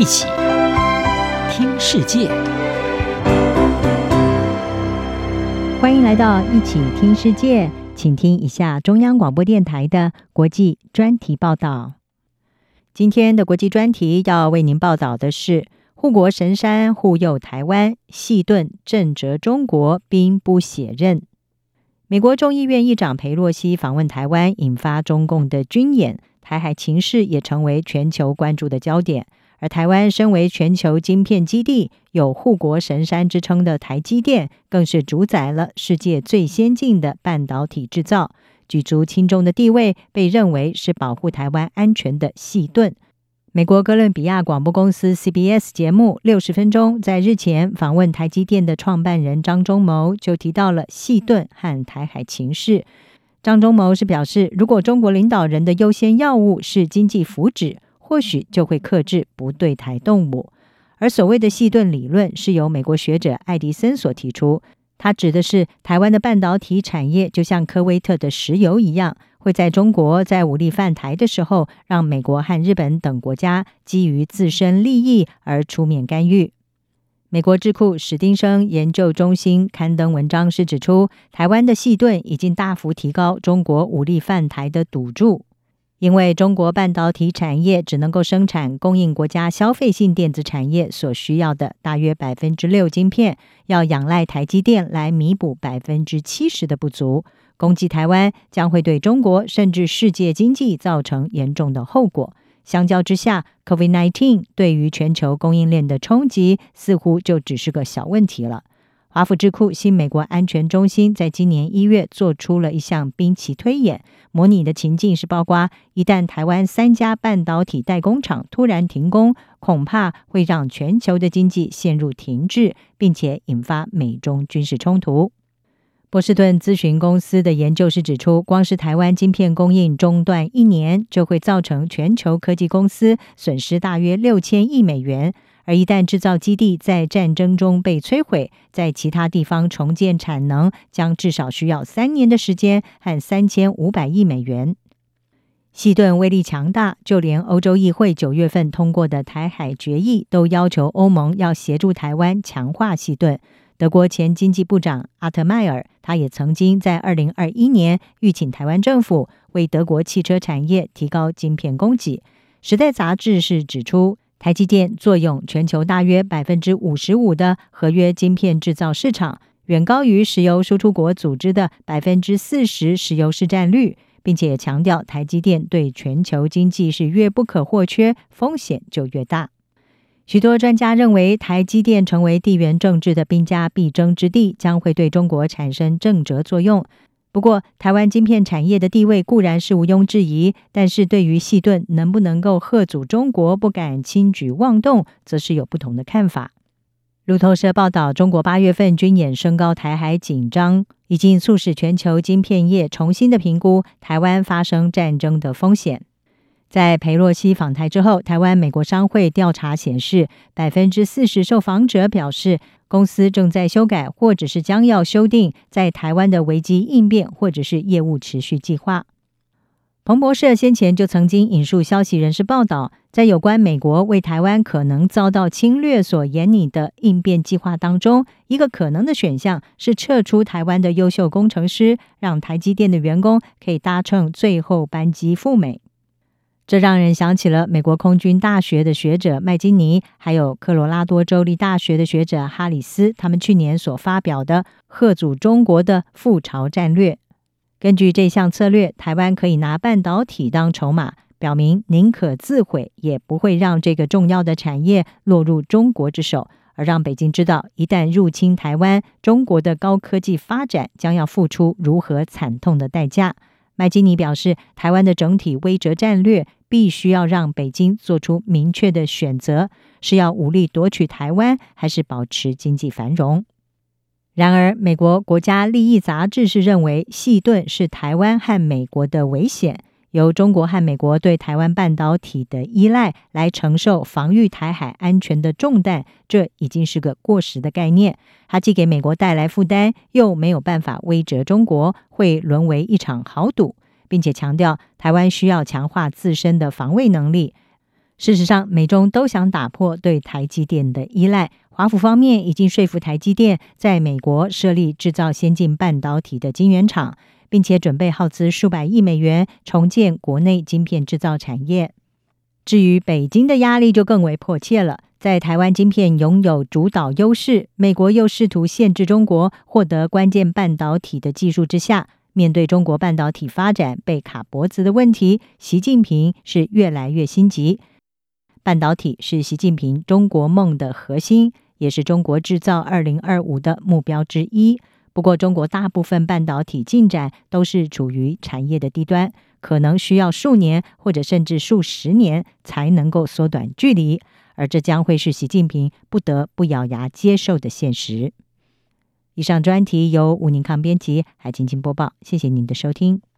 一起听世界。 欢迎来到一起听世界，请听一下中央广播电台的国际专题报道。今天的国际专题要为您报道的是护国神山护佑台湾，细盾震慑中国，兵不血刃。美国众议院议长裴洛西访问台湾，引发中共的军演，台海情势也成为全球关注的焦点。而台湾身为全球晶片基地，有护国神山之称的台积电，更是主宰了世界最先进的半导体制造，举足轻重的地位，被认为是保护台湾安全的细盾。美国哥伦比亚广播公司 CBS 节目60分钟在日前访问台积电的创办人张忠谋，就提到了细盾和台海情势。张忠谋是表示，如果中国领导人的优先要务是经济福祉，或许就会克制不对台动武。而所谓的细盾理论是由美国学者爱迪生所提出，他指的是台湾的半导体产业就像科威特的石油一样，会在中国在武力犯台的时候，让美国和日本等国家基于自身利益而出面干预。美国智库史丁生研究中心刊登文章是指出，台湾的细盾已经大幅提高中国武力犯台的赌注。因为中国半导体产业只能够生产供应国家消费性电子产业所需要的大约 6% 晶片，要仰赖台积电来弥补 70% 的不足。攻击台湾将会对中国甚至世界经济造成严重的后果。相较之下， COVID-19 对于全球供应链的冲击似乎就只是个小问题了。华府智库新美国安全中心在今年1月做出了一项兵棋推演，模拟的情境是包括一旦台湾3家半导体代工厂突然停工，恐怕会让全球的经济陷入停滞，并且引发美中军事冲突。波士顿咨询公司的研究是指出，光是台湾晶片供应中断1年，就会造成全球科技公司损失大约6000亿美元。而一旦制造基地在战争中被摧毁，在其他地方重建产能将至少需要3年的时间和3500亿美元。细盾威力强大，就连欧洲议会9月份通过的台海决议都要求欧盟要协助台湾强化细盾。德国前经济部长阿特迈尔，他也曾经在2021年吁请台湾政府为德国汽车产业提高晶片供给。时代杂志是指出，台积电坐拥全球大约 55% 的合约晶片制造市场，远高于石油输出国组织的 40% 石油市占率，并且也强调台积电对全球经济是越不可或缺，风险就越大。许多专家认为，台积电成为地缘政治的兵家必争之地，将会对中国产生震慑作用。不过，台湾晶片产业的地位固然是毋庸置疑，但是对于细盾能不能够吓阻中国不敢轻举妄动，则是有不同的看法。路透社报道，中国8月份军演升高台海紧张，已经促使全球晶片业重新的评估台湾发生战争的风险。在裴洛西访台之后，台湾美国商会调查显示， 40% 受访者表示公司正在修改或者是将要修订在台湾的危机应变或者是业务持续计划。彭博社先前就曾经引述消息人士报道，在有关美国为台湾可能遭到侵略所研拟的应变计划当中，一个可能的选项是撤出台湾的优秀工程师，让台积电的员工可以搭乘最后班机赴美。这让人想起了美国空军大学的学者麦金尼，还有科罗拉多州立大学的学者哈里斯，他们去年所发表的吓阻中国的赴朝战略。根据这项策略，台湾可以拿半导体当筹码，表明宁可自毁，也不会让这个重要的产业落入中国之手，而让北京知道，一旦入侵台湾，中国的高科技发展将要付出如何惨痛的代价。麦基尼表示，台湾的整体威慑战略必须要让北京做出明确的选择，是要武力夺取台湾，还是保持经济繁荣。然而，美国国家利益杂志是认为，细盾是台湾和美国的危险，由中国和美国对台湾半导体的依赖来承受防御台海安全的重担，这已经是个过时的概念。它既给美国带来负担，又没有办法威慑中国，会沦为一场豪赌，并且强调台湾需要强化自身的防卫能力。 事实上，美中都想打破对台积电的依赖。华府方面已经说服台积电在美国设立制造先进半导体的晶圆厂，并且准备耗资数百亿美元重建国内晶片制造产业。至于北京的压力就更为迫切了，在台湾晶片拥有主导优势，美国又试图限制中国获得关键半导体的技术之下，面对中国半导体发展被卡脖子的问题，习近平是越来越心急。半导体是习近平中国梦的核心，也是中国制造2025的目标之一。不过，中国大部分半导体进展都是处于产业的低端，可能需要数年或者甚至数十年才能够缩短距离，而这将会是习近平不得不咬牙接受的现实。以上专题由吴宁康编辑，海清清播报，谢谢您的收听。